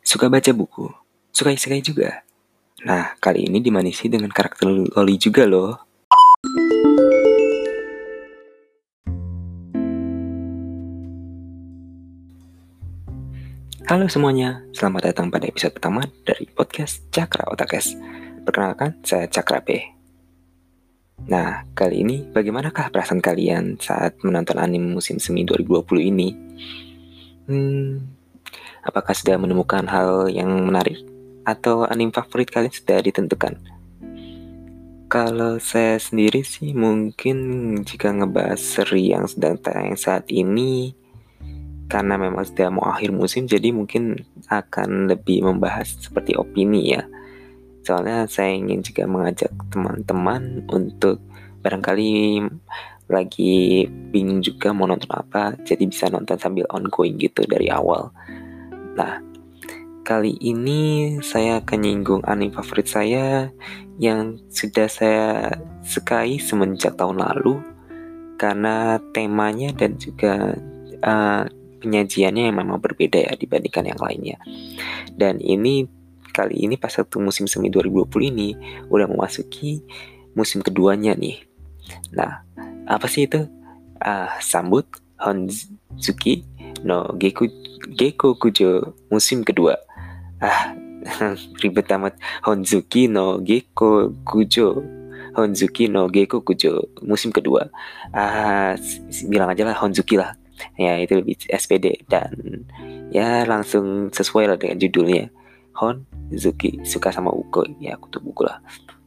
Suka baca buku, suka isekai juga. Nah, kali ini dimanisi dengan karakter Loli juga loh. Halo semuanya, selamat datang pada episode pertama dari podcast Cakra Otakes. Perkenalkan, saya Cakra P. Nah, kali ini bagaimanakah perasaan kalian saat menonton anime musim semi 2020 ini? Apakah sudah menemukan hal yang menarik? Atau anime favorit kalian sudah ditentukan? Kalau saya sendiri sih mungkin jika ngebahas seri yang sedang tayang saat ini, karena memang sudah mau akhir musim, jadi mungkin akan lebih membahas seperti opini ya. Soalnya saya ingin juga mengajak teman-teman untuk barangkali lagi bingung juga mau nonton apa, jadi bisa nonton sambil ongoing gitu dari awal. Nah, kali ini saya akan nyinggung anime favorit saya yang sudah saya sukai semenjak tahun lalu, karena temanya dan juga penyajiannya yang memang berbeda ya dibandingkan yang lainnya. Dan ini kali ini pas satu musim semi 2020 ini udah memasuki musim keduanya nih. Nah, apa sih itu? Sambut Honzuki no Gekko Kujo musim kedua. Ribet amat. Honzuki no Gekko Kujo, Honzuki no Gekko Kujo musim kedua. Bilang aja lah Honzuki lah. Ya itu lebih SPD dan ya langsung sesuai lah dengan judulnya. Honzuki, suka sama Uko. Ya kutu buku lah.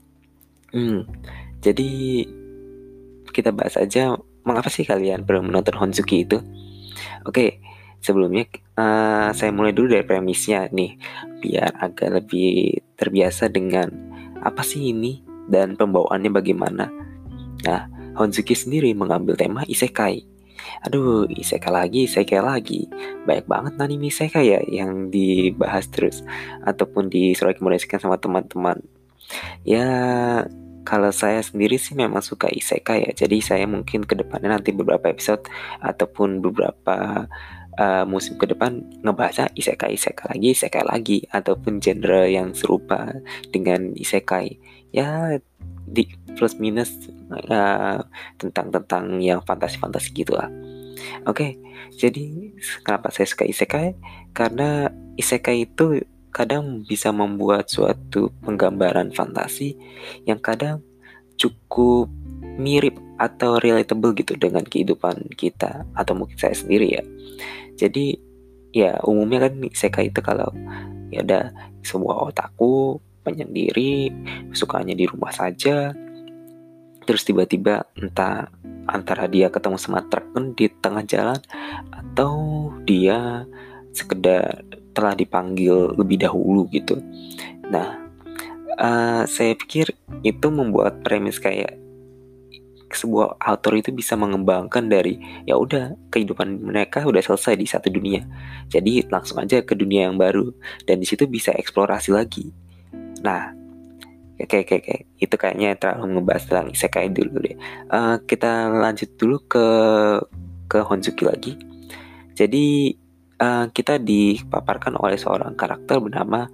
Jadi kita bahas aja, mengapa sih kalian perlu menonton Honzuki itu? Oke, sebelumnya saya mulai dulu dari premisnya nih, biar agak lebih terbiasa dengan apa sih ini dan pembawaannya bagaimana. Nah, Honzuki sendiri mengambil tema isekai. Aduh, isekai lagi. Banyak banget anime isekai ya yang dibahas terus ataupun direkomendasikan sama teman-teman. Ya, kalau saya sendiri sih memang suka isekai ya. Jadi saya mungkin ke depannya nanti beberapa episode ataupun beberapa musim ke depan ngebahasnya isekai lagi ataupun genre yang serupa dengan isekai. Ya di plus minus tentang yang fantasi gitu lah. Oke, jadi kenapa saya suka isekai? Karena isekai itu kadang bisa membuat suatu penggambaran fantasi yang kadang cukup mirip atau relatable gitu dengan kehidupan kita atau mungkin saya sendiri ya. Jadi ya umumnya kan isekai itu kalau ya ada sebuah otaku penyendiri, sukanya di rumah saja, terus tiba-tiba entah antara dia ketemu sama truk di tengah jalan atau dia sekedar telah dipanggil lebih dahulu gitu. Nah, saya pikir itu membuat premis kayak sebuah author itu bisa mengembangkan dari ya udah kehidupan mereka udah selesai di satu dunia, jadi langsung aja ke dunia yang baru dan di situ bisa eksplorasi lagi. Nah, kayak itu kayaknya terlalu ngebahas tentang isekai dulu deh. Kita lanjut dulu ke Honzuki lagi. Jadi kita dipaparkan oleh seorang karakter bernama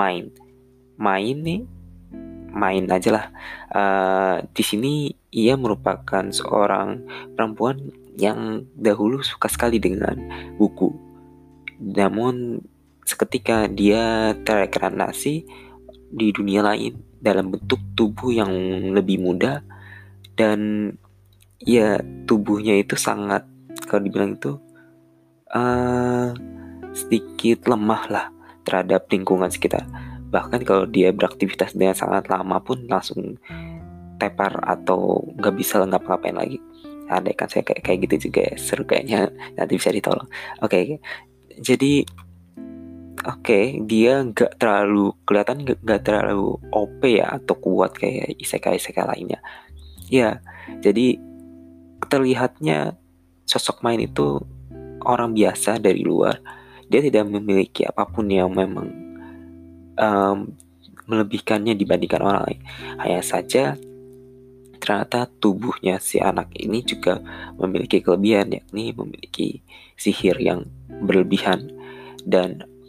Main aja lah. Di sini ia merupakan seorang perempuan yang dahulu suka sekali dengan buku. Namun seketika dia tereinkarnasi di dunia lain dalam bentuk tubuh yang lebih muda, dan ya tubuhnya itu sangat, kalau dibilang itu sedikit lemah lah terhadap lingkungan sekitar. Bahkan kalau dia beraktivitas dengan sangat lama pun langsung tepar atau nggak bisa ngapa-ngapain lagi. Ada kan saya kayak gitu juga ya, seru kayaknya, nanti bisa ditolong. Jadi dia nggak terlalu kelihatan, nggak terlalu OP ya atau kuat kayak isekai lainnya. Ya, jadi terlihatnya sosok Main itu orang biasa dari luar. Dia tidak memiliki apapun yang memang melebihkannya dibandingkan orang lain. Hanya saja ternyata tubuhnya si anak ini juga memiliki kelebihan, yakni memiliki sihir yang berlebihan. Dan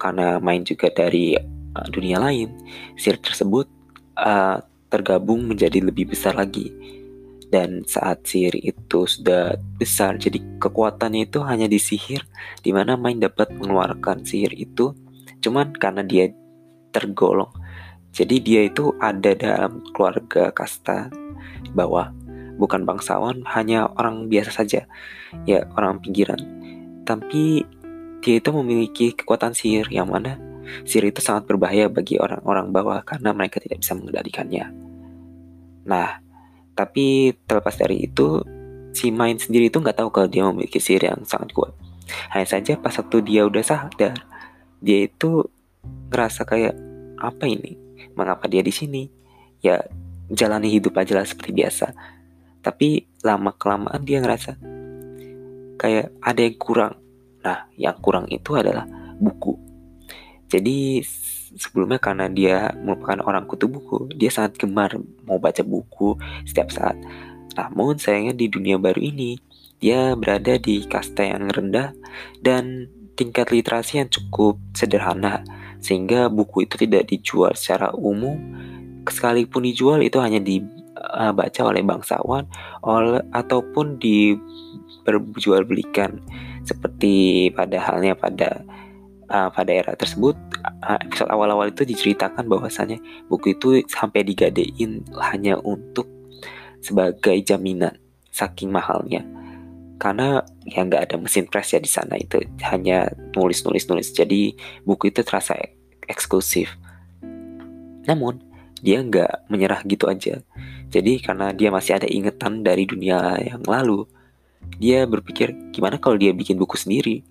karena main juga dari dunia lain, sihir tersebut tergabung menjadi lebih besar lagi. Dan saat sihir itu sudah besar, jadi kekuatannya itu hanya di sihir, di mana Main dapat mengeluarkan sihir itu cuman karena dia tergolong. Jadi dia itu ada dalam keluarga kasta bawah, bukan bangsawan, hanya orang biasa saja, ya orang pinggiran. Tapi dia itu memiliki kekuatan sihir yang mana sihir itu sangat berbahaya bagi orang-orang bawah karena mereka tidak bisa mengendalikannya. Nah, tapi terlepas dari itu, si Main sendiri itu nggak tahu kalau dia memiliki sihir yang sangat kuat. Hanya saja pas waktu dia udah sadar, dia itu ngerasa kayak, apa ini? Mengapa dia di sini? Ya, jalani hidup aja lah seperti biasa. Tapi lama kelamaan dia ngerasa kayak ada yang kurang. Nah, yang kurang itu adalah buku. Jadi sebelumnya karena dia merupakan orang kutu buku, dia sangat gemar mau baca buku setiap saat. Namun sayangnya di dunia baru ini, dia berada di kasta yang rendah dan tingkat literasi yang cukup sederhana, sehingga buku itu tidak dijual secara umum. Sekalipun dijual itu hanya dibaca oleh bangsawan ataupun diperjualbelikan. Seperti pada halnya pada era tersebut, episode awal-awal itu diceritakan bahwasannya buku itu sampai digadein hanya untuk sebagai jaminan, saking mahalnya. Karena ya nggak ada mesin press ya di sana, itu hanya nulis. Jadi buku itu terasa eksklusif. Namun dia nggak menyerah gitu aja. Jadi karena dia masih ada ingatan dari dunia yang lalu, dia berpikir gimana kalau dia bikin buku sendiri.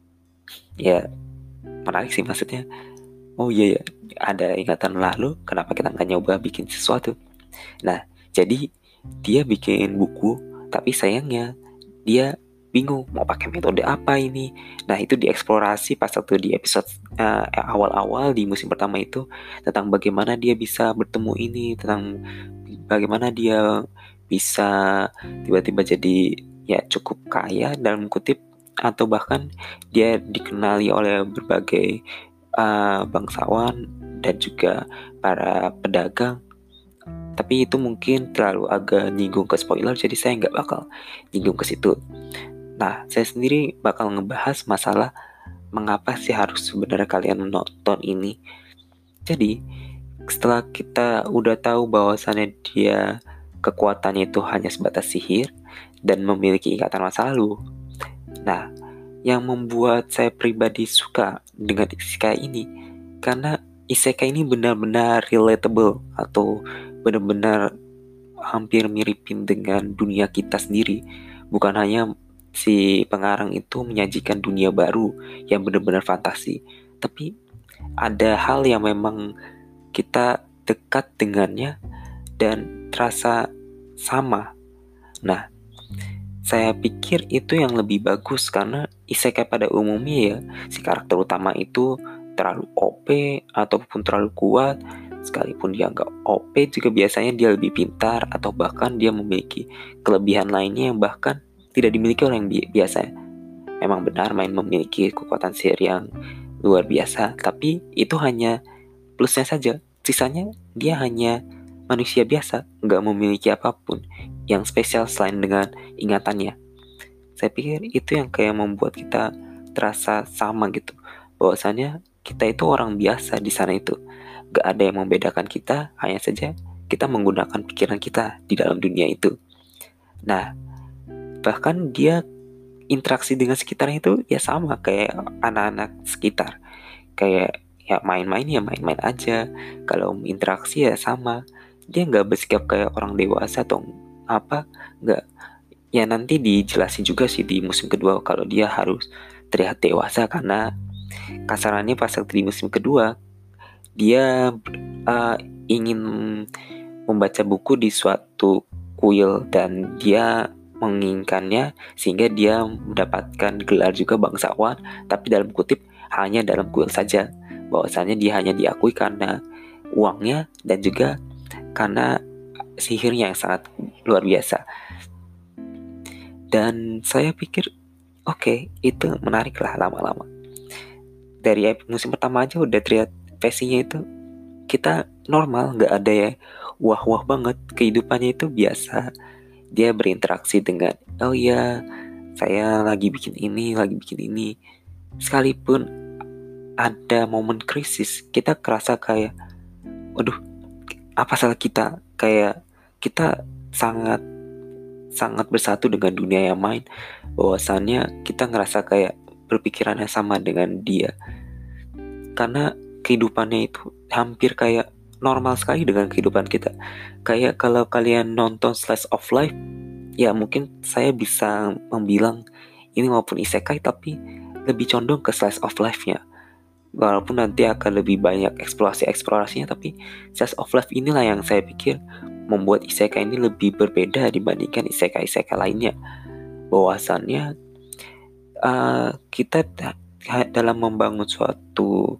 Ya menarik sih, maksudnya, oh iya ya, ada ingatan lalu, kenapa kita nggak nyoba bikin sesuatu. Nah, jadi dia bikin buku, tapi sayangnya dia bingung mau pakai metode apa ini. Nah, itu dieksplorasi pas waktu di episode awal-awal di musim pertama itu, tentang bagaimana dia bisa bertemu ini, tentang bagaimana dia bisa tiba-tiba jadi ya cukup kaya dalam kutip, atau bahkan dia dikenali oleh berbagai bangsawan dan juga para pedagang. Tapi itu mungkin terlalu agak nyinggung ke spoiler, jadi saya nggak bakal nyinggung ke situ. Nah, saya sendiri bakal ngebahas masalah mengapa sih harus sebenarnya kalian menonton ini. Jadi, setelah kita udah tahu bahwasannya dia kekuatannya itu hanya sebatas sihir dan memiliki ikatan masa lalu. Nah, yang membuat saya pribadi suka dengan isekai ini, karena isekai ini benar-benar relatable atau benar-benar hampir miripin dengan dunia kita sendiri. Bukan hanya si pengarang itu menyajikan dunia baru yang benar-benar fantasi, tapi ada hal yang memang kita dekat dengannya dan terasa sama. Nah, saya pikir itu yang lebih bagus karena isekai pada umumnya ya, si karakter utama itu terlalu OP ataupun terlalu kuat. Sekalipun dia nggak OP juga biasanya dia lebih pintar atau bahkan dia memiliki kelebihan lainnya yang bahkan tidak dimiliki oleh yang biasa. Memang benar Main memiliki kekuatan sihir yang luar biasa, tapi itu hanya plusnya saja. Sisanya dia hanya manusia biasa, nggak memiliki apapun yang spesial selain dengan ingatannya. Saya pikir itu yang kayak membuat kita terasa sama gitu, bahwasannya kita itu orang biasa di sana itu. Gak ada yang membedakan kita, hanya saja kita menggunakan pikiran kita di dalam dunia itu. Nah, bahkan dia interaksi dengan sekitarnya itu ya sama kayak anak-anak sekitar. Kayak ya main-main aja. Kalau interaksi ya sama. Dia gak bersikap kayak orang dewasa atau apa, gak. Ya nanti dijelasin juga sih di musim kedua kalau dia harus terlihat dewasa, karena kasarannya pas di musim kedua dia ingin membaca buku di suatu kuil dan dia menginginkannya sehingga dia mendapatkan gelar juga bangsawan, tapi dalam kutip hanya dalam kuil saja, bahwasanya dia hanya diakui karena uangnya dan juga karena sihirnya yang sangat luar biasa. Dan saya pikir oke, itu menarik lah lama-lama. dari musim pertama aja udah terlihat pacingnya itu kita normal, nggak ada ya wah-wah banget, kehidupannya itu biasa. Dia berinteraksi dengan, oh iya saya lagi bikin ini, lagi bikin ini. Sekalipun ada momen krisis, kita kerasa kayak, waduh, apa salah kita? Kayak kita sangat sangat bersatu dengan dunia yang main. Bahwasannya kita ngerasa kayak berpikirannya sama dengan dia. Karena kehidupannya itu hampir kayak normal sekali dengan kehidupan kita. Kayak kalau kalian nonton Slice of Life, ya mungkin saya bisa membilang ini maupun isekai, tapi lebih condong ke Slice of Life-nya. Walaupun nanti akan lebih banyak eksplorasinya, tapi Slice of Life inilah yang saya pikir membuat isekai ini lebih berbeda dibandingkan isekai-isekai lainnya. Bahwasannya kita dalam membangun suatu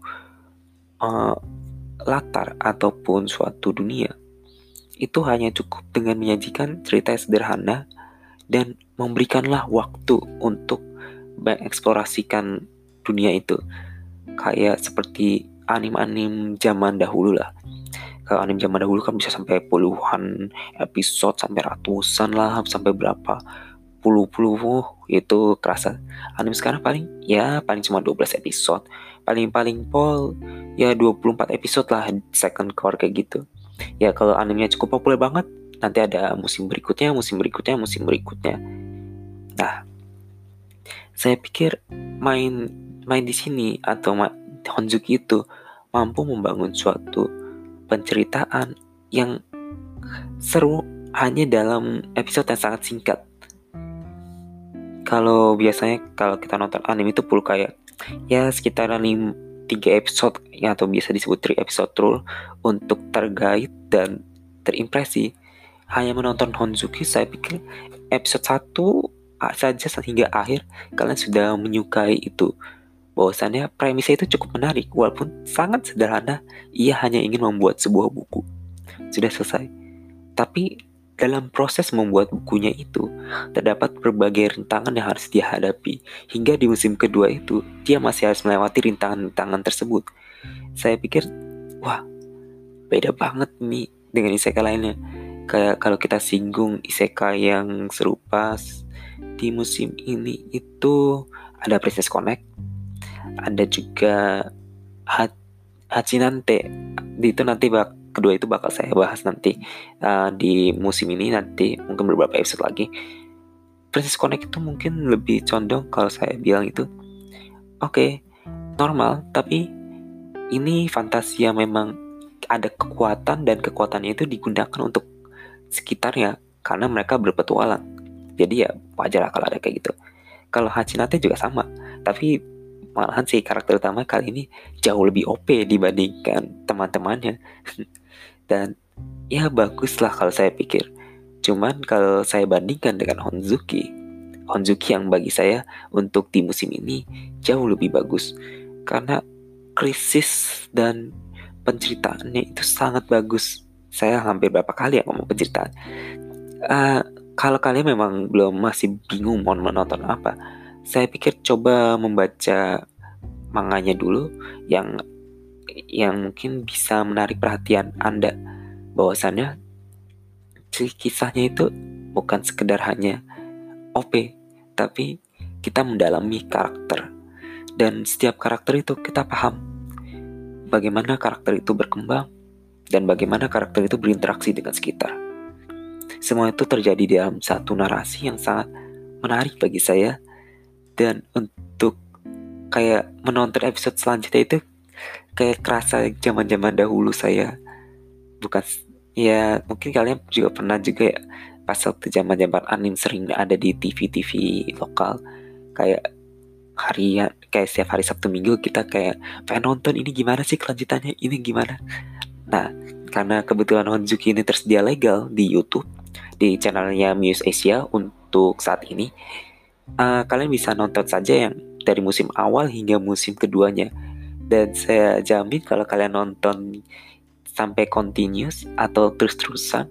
latar ataupun suatu dunia itu hanya cukup dengan menyajikan cerita yang sederhana dan memberikanlah waktu untuk mengeksplorasikan dunia itu. Kayak seperti anim-anim zaman dahulu lah. Kalau anim zaman dahulu kan bisa sampai puluhan episode, sampai ratusan lah, sampai berapa puluh itu kerasa. Anim sekarang paling cuma 12 episode, paling pol ya 24 episode lah, second core kayak gitu. Ya kalau animenya cukup populer banget, nanti ada musim berikutnya. Nah, saya pikir main di sini atau Honzuki itu mampu membangun suatu penceritaan yang seru hanya dalam episode yang sangat singkat. Kalau biasanya kalau kita nonton anime itu perlu kayak ya sekitar 3 episode ya, atau biasa disebut 3 episode rule untuk terguide dan terimpresi. Hanya menonton Honzuki, saya pikir episode 1 saja hingga akhir kalian sudah menyukai itu. Bahwasannya premisnya itu cukup menarik, walaupun sangat sederhana. Ia hanya ingin membuat sebuah buku, sudah selesai. Tapi dalam proses membuat bukunya itu terdapat berbagai rintangan yang harus dia hadapi. Hingga di musim kedua itu dia masih harus melewati rintangan-rintangan tersebut. Saya pikir, wah, beda banget nih dengan isekai lainnya. Kayak kalau kita singgung isekai yang serupa di musim ini itu ada Princess Connect, ada juga Hachinante. Itu nanti kedua itu bakal saya bahas nanti di musim ini, nanti mungkin beberapa episode lagi. Princess Connect itu mungkin lebih condong kalau saya bilang itu oke, normal, tapi ini fantasi yang memang ada kekuatan, dan kekuatannya itu digunakan untuk sekitarnya karena mereka berpetualang. Jadi ya wajar lah kalau ada kayak gitu. Kalau Hachinate juga sama, tapi malahan si karakter utama kali ini jauh lebih OP dibandingkan teman-temannya. Dan ya bagus lah kalau saya pikir. Cuman kalau saya bandingkan dengan Honzuki yang bagi saya untuk di musim ini jauh lebih bagus. Karena krisis dan penceritaannya itu sangat bagus. Saya hampir berapa kali ya ngomong penceritaan. Kalau kalian memang masih bingung mau menonton apa, saya pikir coba membaca manganya dulu yang mungkin bisa menarik perhatian Anda. Bahwasannya kisahnya itu bukan sekedar hanya OP, tapi kita mendalami karakter. Dan setiap karakter itu kita paham bagaimana karakter itu berkembang dan bagaimana karakter itu berinteraksi dengan sekitar. Semua itu terjadi dalam satu narasi yang sangat menarik bagi saya. Dan untuk kayak menonton episode selanjutnya itu kayak kerasa zaman-zaman dahulu saya. Bukan ya, mungkin kalian juga pernah juga ya, pas waktu zaman-zaman anime sering ada di TV lokal, kayak harian, kayak setiap hari Sabtu Minggu kita kayak pengen nonton ini gimana sih kelanjutannya, ini gimana. Nah, karena kebetulan Honzuki ini tersedia legal di YouTube di channelnya Muse Asia untuk saat ini, kalian bisa nonton saja yang dari musim awal hingga musim keduanya. Dan saya jamin kalau kalian nonton sampai continuous atau terus-terusan,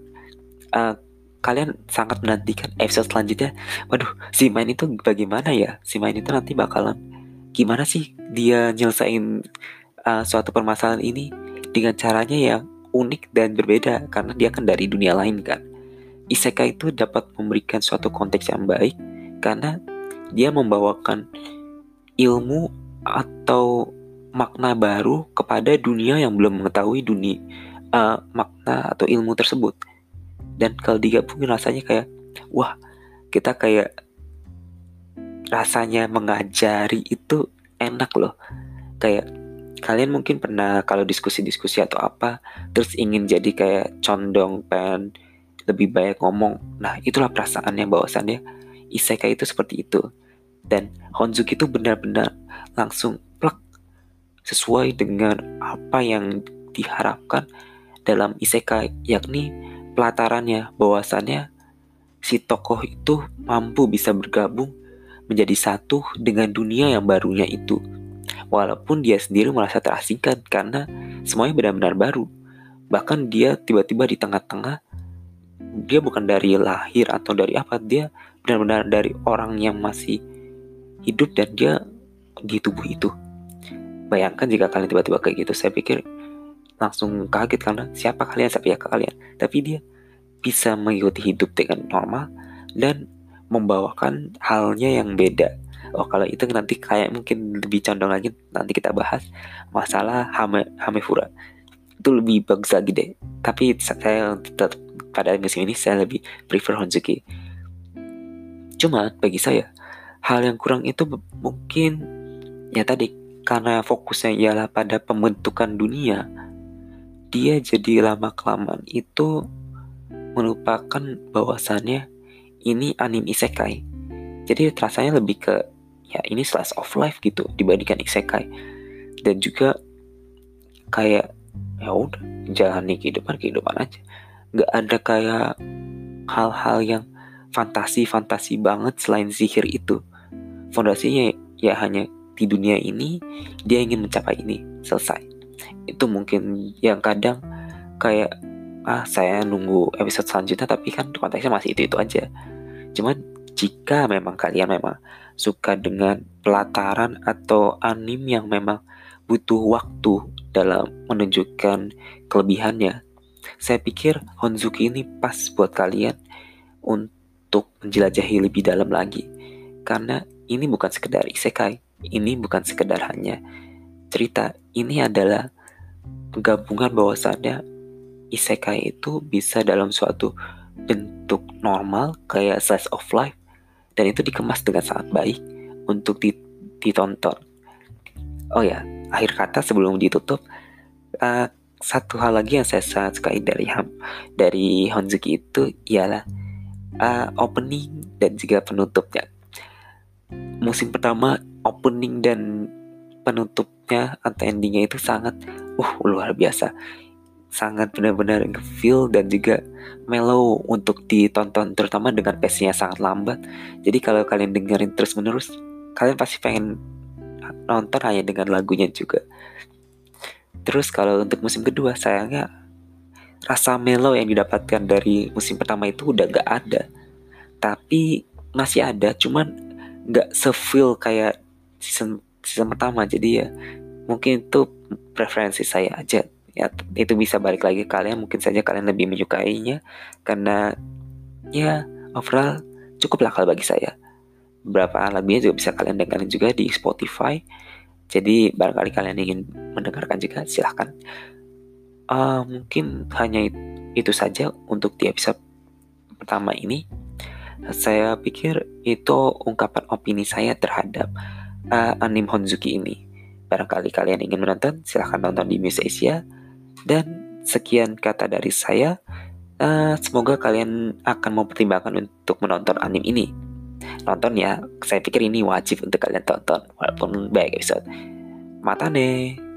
kalian sangat menantikan episode selanjutnya. Waduh, si main itu bagaimana ya? Si main itu nanti bakalan gimana sih dia nyelesain suatu permasalahan ini dengan caranya yang unik dan berbeda karena dia kan dari dunia lain kan. Isekai itu dapat memberikan suatu konteks yang baik karena dia membawakan ilmu atau makna baru kepada dunia yang belum mengetahui dunia makna atau ilmu tersebut. Dan kalau digabungin rasanya kayak, wah, kita kayak rasanya mengajari itu enak loh. Kayak kalian mungkin pernah kalau diskusi-diskusi atau apa, terus ingin jadi kayak condong, pengen lebih banyak ngomong. Nah, itulah perasaannya, bahwasannya isekai itu seperti itu. Dan Honzuki itu benar-benar langsung plek sesuai dengan apa yang diharapkan dalam isekai, yakni pelatarannya, bahwasannya si tokoh itu mampu bisa bergabung menjadi satu dengan dunia yang barunya itu. Walaupun dia sendiri merasa terasingkan karena semuanya benar-benar baru. Bahkan dia tiba-tiba di tengah-tengah, dia bukan dari lahir atau dari apa, dia benar-benar dari orang yang masih hidup dan dia di tubuh itu. Bayangkan jika kalian tiba-tiba kayak gitu, saya pikir langsung kaget karena siapa kalian. Tapi dia bisa mengikuti hidup dengan normal dan membawakan halnya yang beda. Oh, kalau itu nanti kayak mungkin lebih condong lagi, nanti kita bahas masalah Hamefura. Itu lebih bagus lagi deh. Tapi saya tetap pada musim ini saya lebih prefer Honzuki. Cuma bagi saya hal yang kurang itu mungkin ya tadi, karena fokusnya ialah pada pembentukan dunia, dia jadi lama-kelamaan itu melupakan bahwasannya ini anime isekai. Jadi rasanya lebih ke ya ini slice of life gitu dibandingkan isekai. Dan juga kayak ya udah jalani kehidupan aja. Gak ada kayak hal-hal yang fantasi banget selain sihir itu. Fondasinya ya hanya di dunia ini dia ingin mencapai ini, selesai. Itu mungkin yang kadang kayak saya nunggu episode selanjutnya, tapi kan konteksnya masih itu aja. Cuman jika memang kalian memang suka dengan pelataran atau anime yang memang butuh waktu dalam menunjukkan kelebihannya, saya pikir Honzuki ini pas buat kalian untuk menjelajahi lebih dalam lagi. Karena ini bukan sekedar isekai, ini bukan sekedar hanya cerita, ini adalah penggabungan bahwasannya isekai itu bisa dalam suatu bentuk normal kayak slice of life, dan itu dikemas dengan sangat baik untuk ditonton. Oh ya, akhir kata sebelum ditutup, satu hal lagi yang saya sangat sukai dari Honzuki itu ialah opening dan juga penutupnya. Musim pertama opening dan penutupnya atau endingnya itu sangat luar biasa, sangat benar-benar feel dan juga mellow untuk ditonton, terutama dengan pace-nya sangat lambat. Jadi kalau kalian dengerin terus-menerus, kalian pasti pengen nonton hanya dengan lagunya juga. Terus kalau untuk musim kedua, sayangnya rasa mellow yang didapatkan dari musim pertama itu udah gak ada. Tapi masih ada, cuman gak se-feel kayak season pertama. Jadi ya mungkin itu preferensi saya aja. Ya, itu bisa balik lagi kalian, mungkin saja kalian lebih menyukainya karena ya overall cukup lakal bagi saya. Beberapa lagunya juga bisa kalian dengerin juga di Spotify. Jadi barangkali kalian ingin mendengarkan juga silahkan. Mungkin hanya itu saja untuk di episode pertama ini. Saya pikir itu ungkapan opini saya terhadap anime Honzuki ini. Barangkali kalian ingin menonton, silahkan nonton di Muse Asia. Dan sekian kata dari saya. Semoga kalian akan mempertimbangkan untuk menonton anime ini. Nonton ya, saya pikir ini wajib untuk kalian tonton walaupun banyak episode. Mata nih.